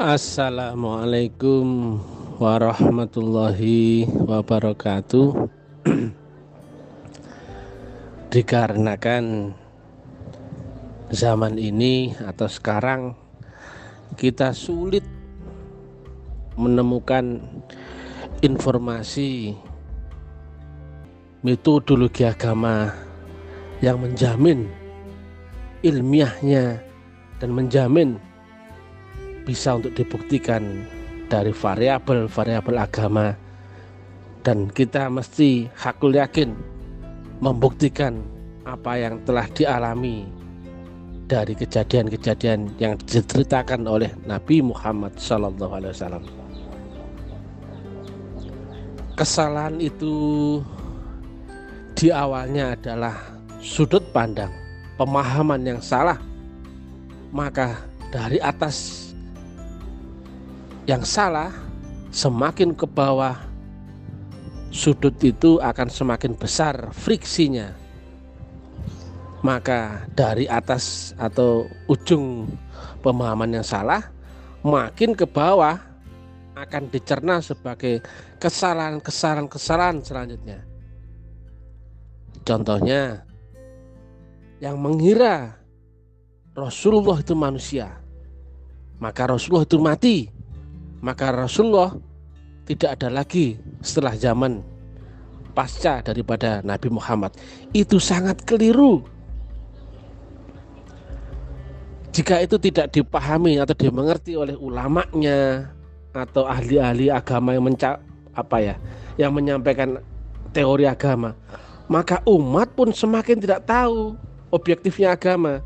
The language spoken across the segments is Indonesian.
Assalamualaikum warahmatullahi wabarakatuh. Dikarenakan zaman ini atau sekarang kita sulit menemukan informasi metodologi agama yang menjamin ilmiahnya dan menjamin bisa untuk dibuktikan dari variabel-variabel agama, dan kita mesti hakul yakin membuktikan apa yang telah dialami dari kejadian-kejadian yang diceritakan oleh Nabi Muhammad SAW. Kesalahan itu di awalnya adalah sudut pandang, pemahaman yang salah. Maka dari atas yang salah semakin ke bawah, sudut itu akan semakin besar friksinya. Maka dari atas atau ujung pemahaman yang salah makin ke bawah akan dicerna sebagai kesalahan-kesalahan selanjutnya. Contohnya, yang mengira Rasulullah itu manusia, maka Rasulullah itu mati. Maka Rasulullah tidak ada lagi setelah zaman pasca daripada Nabi Muhammad. Itu sangat keliru. Jika itu tidak dipahami atau dimengerti oleh ulamanya atau ahli-ahli agama yang menyampaikan teori agama, maka umat pun semakin tidak tahu objektifnya agama.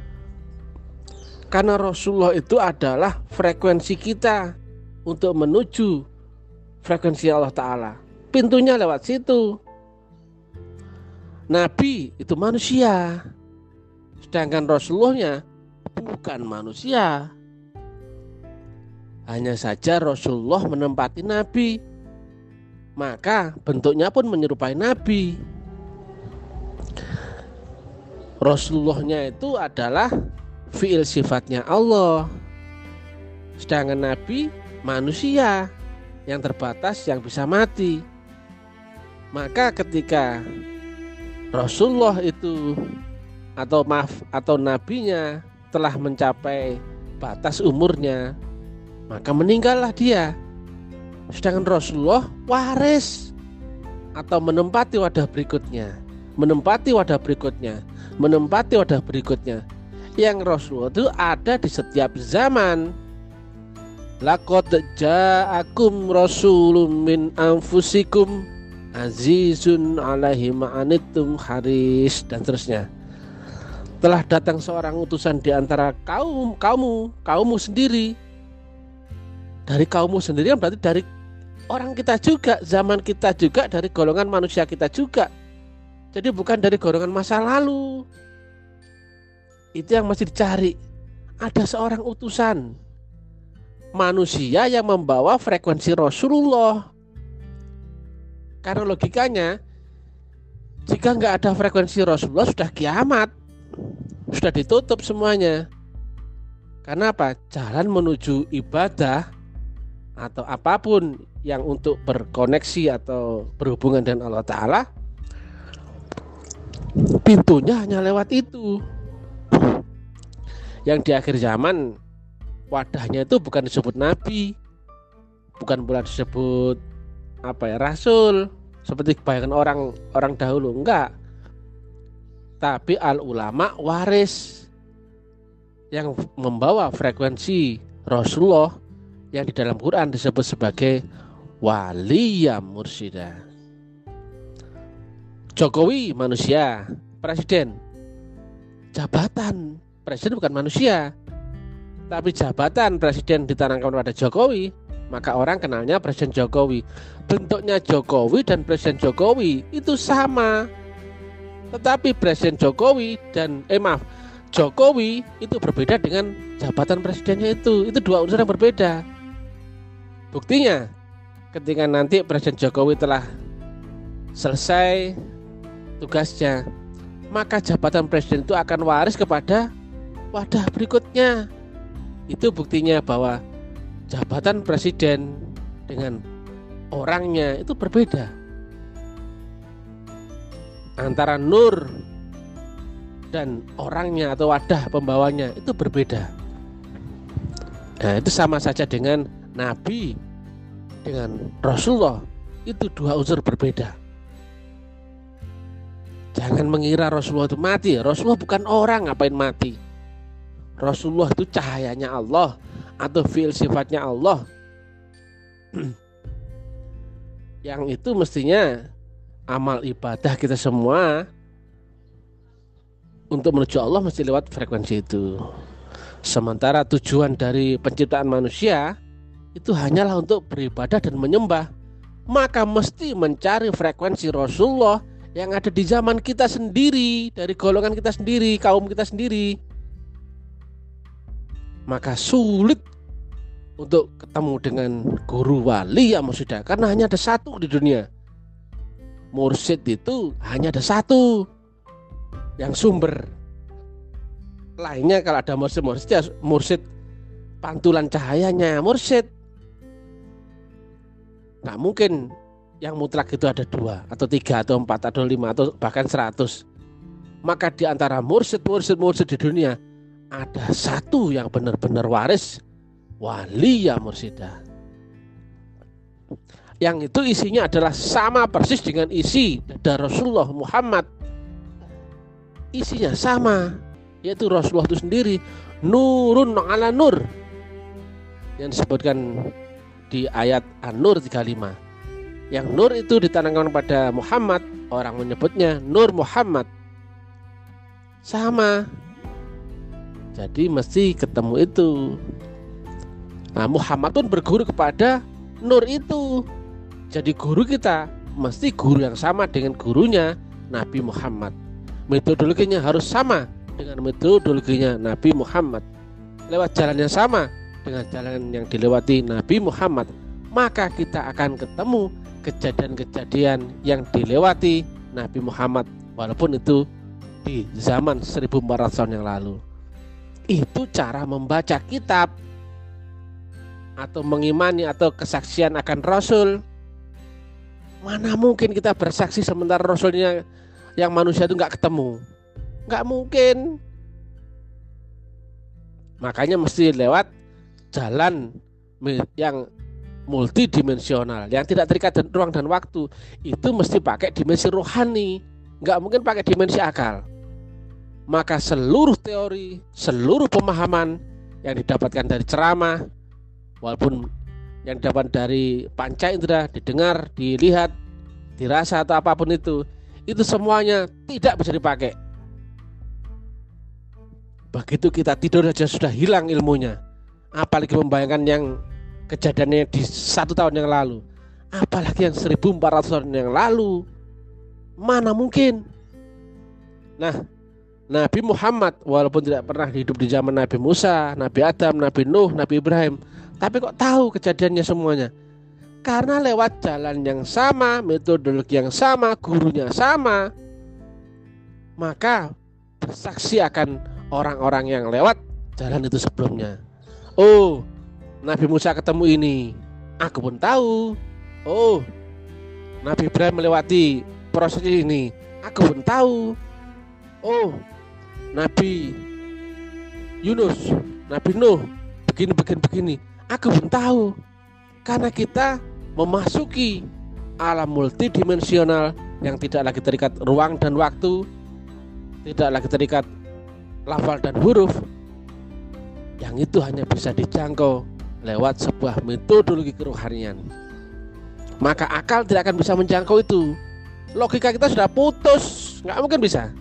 Karena Rasulullah itu adalah frekuensi kita untuk menuju frekuensi Allah Ta'ala. Pintunya lewat situ. Nabi itu manusia, sedangkan Rasulullahnya bukan manusia. Hanya saja Rasulullah menempati Nabi, maka bentuknya pun menyerupai Nabi. Rasulullahnya itu adalah fi'il sifatnya Allah, sedangkan Nabi manusia yang terbatas yang bisa mati. Maka ketika Rasulullah itu atau nabinya telah mencapai batas umurnya, maka meninggallah dia. Sedangkan Rasulullah waris atau menempati wadah berikutnya, yang Rasulullah itu ada di setiap zaman. Laqad ja'akum rasulun min anfusikum azizun 'alaihi ma'anittum haris, dan seterusnya. Telah datang seorang utusan di antara kaummu sendiri. Dari kaummu sendiri berarti dari orang kita juga, zaman kita juga, dari golongan manusia kita juga. Jadi bukan dari golongan masa lalu. Itu yang mesti dicari. Ada seorang utusan manusia yang membawa frekuensi Rasulullah. Karena logikanya, jika nggak ada frekuensi Rasulullah sudah kiamat, sudah ditutup semuanya. Karena apa? Jalan menuju ibadah atau apapun yang untuk berkoneksi atau berhubungan dengan Allah Ta'ala, pintunya hanya lewat itu. Yang di akhir zaman wadahnya itu bukan disebut nabi, bukan pula disebut rasul seperti kebanyakan orang dahulu, enggak. Tapi al ulama waris yang membawa frekuensi Rasulullah yang di dalam Quran disebut sebagai waliyam mursyida. Jokowi manusia, presiden, jabatan presiden bukan manusia, tapi jabatan presiden ditanamkan pada Jokowi, maka orang kenalnya Presiden Jokowi. Bentuknya Jokowi dan Presiden Jokowi itu sama, tetapi Presiden Jokowi Jokowi itu berbeda dengan jabatan presidennya itu dua unsur yang berbeda. Buktinya, ketika nanti Presiden Jokowi telah selesai tugasnya, maka jabatan presiden itu akan waris kepada wadah berikutnya. Itu buktinya bahwa jabatan presiden dengan orangnya itu berbeda. Antara nur dan orangnya atau wadah pembawanya itu berbeda. Nah, itu sama saja dengan Nabi dengan Rasulullah, itu dua unsur berbeda. Jangan mengira Rasulullah itu mati. Rasulullah bukan orang, ngapain mati? Rasulullah itu cahayanya Allah atau fi'il sifatnya Allah. Yang itu mestinya amal ibadah kita semua untuk menuju Allah mesti lewat frekuensi itu. Sementara tujuan dari penciptaan manusia itu hanyalah untuk beribadah dan menyembah, maka mesti mencari frekuensi Rasulullah yang ada di zaman kita sendiri, dari golongan kita sendiri, kaum kita sendiri. Maka sulit untuk ketemu dengan guru wali yang mursyid, karena hanya ada satu di dunia. Mursyid itu hanya ada satu yang sumber. Lainnya kalau ada mursyid ya mursyid pantulan cahayanya mursyid. Nggak mungkin yang mutlak itu ada 2 atau 3 atau 4 atau 5 atau bahkan 100. Maka di antara mursyid di dunia ada satu yang benar-benar waris, wali ya mursyidah. Yang itu isinya adalah sama persis dengan isi dari Rasulullah Muhammad. Isinya sama, yaitu Rasulullah itu sendiri nurun ala nur, yang disebutkan di ayat An-Nur 35. Yang nur itu ditanamkan pada Muhammad, orang menyebutnya Nur Muhammad. Sama. Jadi mesti ketemu itu. Nah, Muhammad pun berguru kepada nur itu. Jadi guru kita mesti guru yang sama dengan gurunya Nabi Muhammad. Metodologinya harus sama dengan metodologinya Nabi Muhammad. Lewat jalan yang sama dengan jalan yang dilewati Nabi Muhammad, maka kita akan ketemu kejadian-kejadian yang dilewati Nabi Muhammad, walaupun itu di zaman 1400 tahun yang lalu. Itu cara membaca kitab atau mengimani atau kesaksian akan Rasul. Mana mungkin kita bersaksi sementara Rasulnya yang manusia itu nggak ketemu? Nggak mungkin. Makanya mesti lewat jalan yang multidimensional, yang tidak terikat dengan ruang dan waktu. Itu mesti pakai dimensi rohani, nggak mungkin pakai dimensi akal. Maka seluruh teori, seluruh pemahaman yang didapatkan dari ceramah, walaupun yang didapat dari panca indera, didengar, dilihat, dirasa atau apapun itu semuanya tidak bisa dipakai. Begitu kita tidur saja sudah hilang ilmunya, apalagi membayangkan yang kejadiannya di 1 tahun yang lalu, apalagi yang 1400 tahun yang lalu. Mana mungkin. Nah, Nabi Muhammad walaupun tidak pernah hidup di zaman Nabi Musa, Nabi Adam, Nabi Nuh, Nabi Ibrahim, tapi kok tahu kejadiannya semuanya? Karena lewat jalan yang sama, metodologi yang sama, gurunya sama. Maka bersaksi akan orang-orang yang lewat jalan itu sebelumnya. Oh, Nabi Musa ketemu ini, aku pun tahu. Oh, Nabi Ibrahim melewati proses ini, aku pun tahu. Oh, Nabi Yunus, Nabi Nuh begini, aku pun tahu. Karena kita memasuki alam multidimensional yang tidak lagi terikat ruang dan waktu, tidak lagi terikat lafal dan huruf, yang itu hanya bisa dijangkau lewat sebuah metodologi kerohanian. Maka akal tidak akan bisa menjangkau itu. Logika kita sudah putus, nggak mungkin bisa.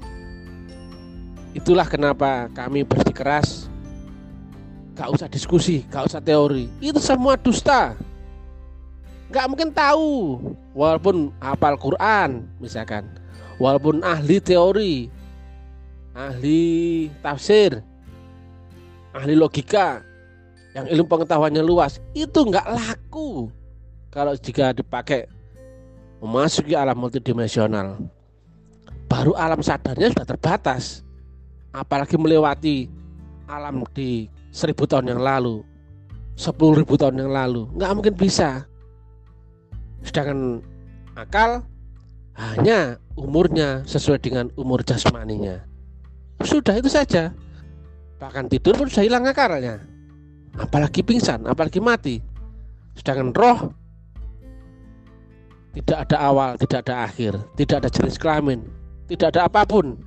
Itulah kenapa kami bersikeras, gak usah diskusi, gak usah teori. Itu semua dusta. Gak mungkin tahu. Walaupun hafal Quran misalkan, walaupun ahli teori, ahli tafsir, ahli logika, yang ilmu pengetahuannya luas, itu gak laku kalau jika dipakai memasuki alam multidimensional. Baru alam sadarnya sudah terbatas, apalagi melewati alam di 1000 tahun yang lalu, 10.000 tahun yang lalu. Nggak mungkin bisa. Sedangkan akal hanya umurnya sesuai dengan umur jasmaninya. Sudah itu saja. Bahkan tidur pun sudah hilang akalnya. Apalagi pingsan, apalagi mati. Sedangkan roh tidak ada awal, tidak ada akhir, tidak ada jenis kelamin, tidak ada apapun.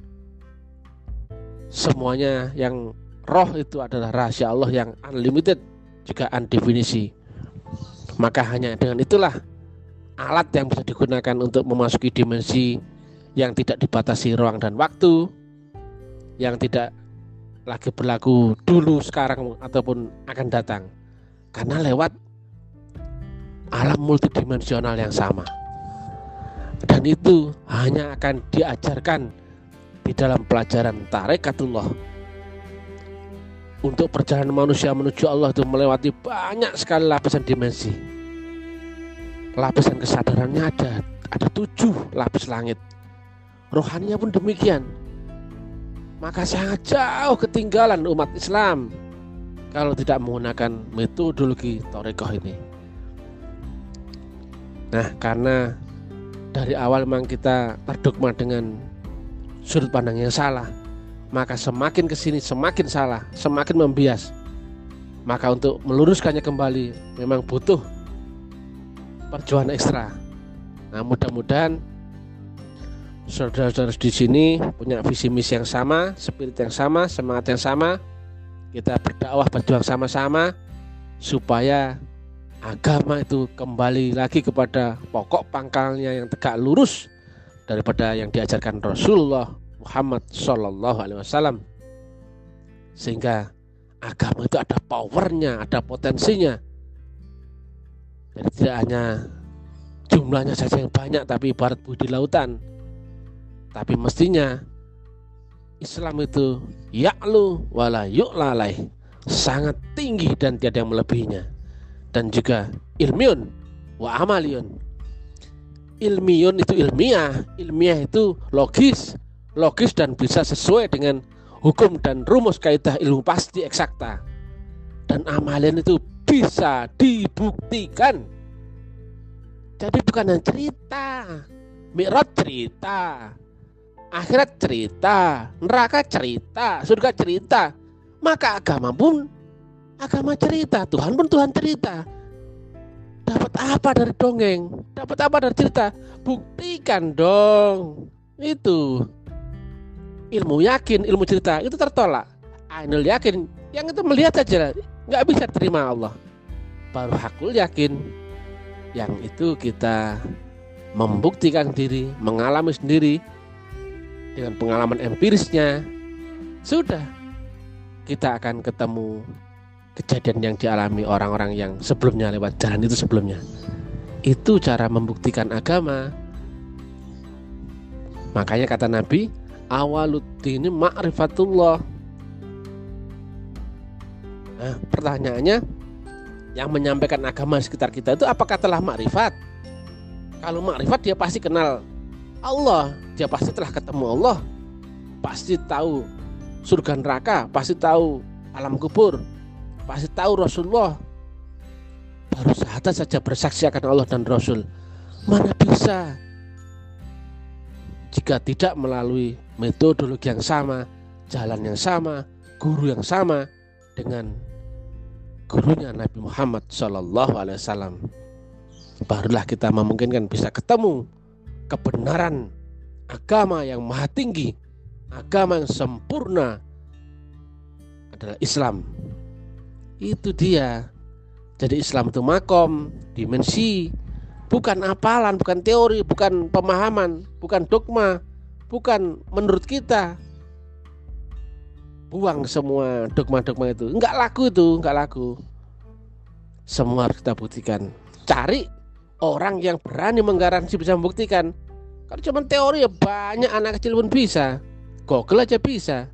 Semuanya yang roh itu adalah rahasia Allah yang unlimited, juga undefinisi. Maka hanya dengan itulah alat yang bisa digunakan untuk memasuki dimensi yang tidak dibatasi ruang dan waktu, yang tidak lagi berlaku dulu, sekarang, ataupun akan datang, karena lewat alam multidimensional yang sama. Dan itu hanya akan diajarkan di dalam pelajaran Tarekatullah. Untuk perjalanan manusia menuju Allah itu melewati banyak sekali lapisan dimensi. Lapisan kesadarannya ada 7 lapis langit. Rohaninya pun demikian. Maka sangat jauh ketinggalan umat Islam kalau tidak menggunakan metodologi Tarekoh ini. Nah, karena dari awal memang kita terdogma dengan sudut pandang yang salah, maka semakin kesini semakin salah, semakin membias. Maka untuk meluruskannya kembali memang butuh perjuangan ekstra. Nah, mudah-mudahan saudara-saudara di sini punya visi misi yang sama, spirit yang sama, semangat yang sama. Kita berdakwah, berjuang sama-sama supaya agama itu kembali lagi kepada pokok pangkalnya yang tegak lurus daripada yang diajarkan Rasulullah Muhammad SAW, sehingga agama itu ada powernya, ada potensinya. Jadi tidak hanya jumlahnya saja yang banyak tapi ibarat buih di lautan, tapi mestinya Islam itu ya'lu wala yu'lalai, sangat tinggi dan tiada yang melebihinya. Dan juga ilmiun wa amaliyun. Ilmiun itu ilmiah, ilmiah itu logis dan bisa sesuai dengan hukum dan rumus kaidah ilmu pasti eksakta. Dan amalian itu bisa dibuktikan. Jadi bukan hanya cerita, Mi'raj cerita, akhirat cerita, neraka cerita, surga cerita. Maka agama pun agama cerita, Tuhan pun Tuhan cerita. Dapat apa dari dongeng? Dapat apa dari cerita? Buktikan dong. Itu ilmu yakin, ilmu cerita itu tertolak. Ainul yakin, yang itu melihat saja nggak bisa terima Allah. Baru hakul yakin, yang itu kita membuktikan diri, mengalami sendiri dengan pengalaman empirisnya. Sudah, kita akan ketemu kejadian yang dialami orang-orang yang sebelumnya lewat jalan itu sebelumnya. Itu cara membuktikan agama. Makanya kata Nabi, awaluddin ma'rifatullah. Nah, pertanyaannya, yang menyampaikan agama di sekitar kita itu apakah telah makrifat? Kalau makrifat dia pasti kenal Allah, dia pasti telah ketemu Allah, pasti tahu surga neraka, pasti tahu alam kubur, pasti tahu Rasulullah. Baru syahadat saja bersaksi akan Allah dan Rasul. Mana bisa jika tidak melalui metodologi yang sama, jalan yang sama, guru yang sama dengan gurunya Nabi Muhammad SAW. Barulah kita memungkinkan bisa ketemu kebenaran agama yang maha tinggi, agama yang sempurna adalah Islam. Itu dia. Jadi Islam itu makom, dimensi, bukan apalan, bukan teori, bukan pemahaman, bukan dogma, bukan menurut kita. Buang semua dogma-dogma itu. Enggak laku itu, enggak laku. Semua harus kita buktikan. Cari orang yang berani menggaransi bisa membuktikan. Kalau cuma teori ya banyak anak kecil pun bisa. Google aja bisa.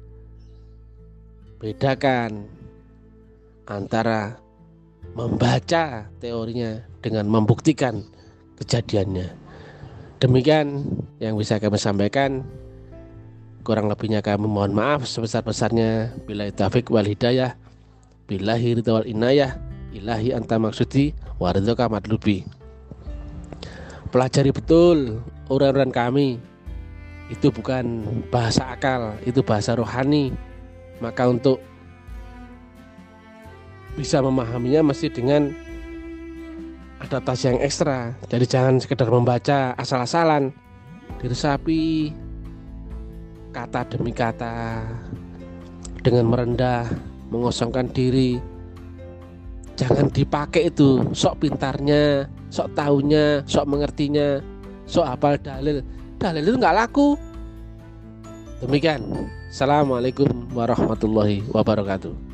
Bedakan antara membaca teorinya dengan membuktikan kejadiannya. Demikian yang bisa kami sampaikan. Kurang lebihnya kami mohon maaf sebesar-besarnya. Billahi taufiq wal hidayah. Billahi ridha wal inayah. ilahi anta maksudi waridhoka matlubi. Pelajari betul uraian kami. Itu bukan bahasa akal, itu bahasa rohani. Maka untuk bisa memahaminya mesti dengan adaptasi yang ekstra. Jadi jangan sekedar membaca asal-asalan, diresapi kata demi kata dengan merendah, mengosongkan diri. Jangan dipakai itu sok pintarnya, sok taunya, sok mengertinya, sok hafal dalil. Dalil itu nggak laku. Demikian. Assalamualaikum warahmatullahi wabarakatuh.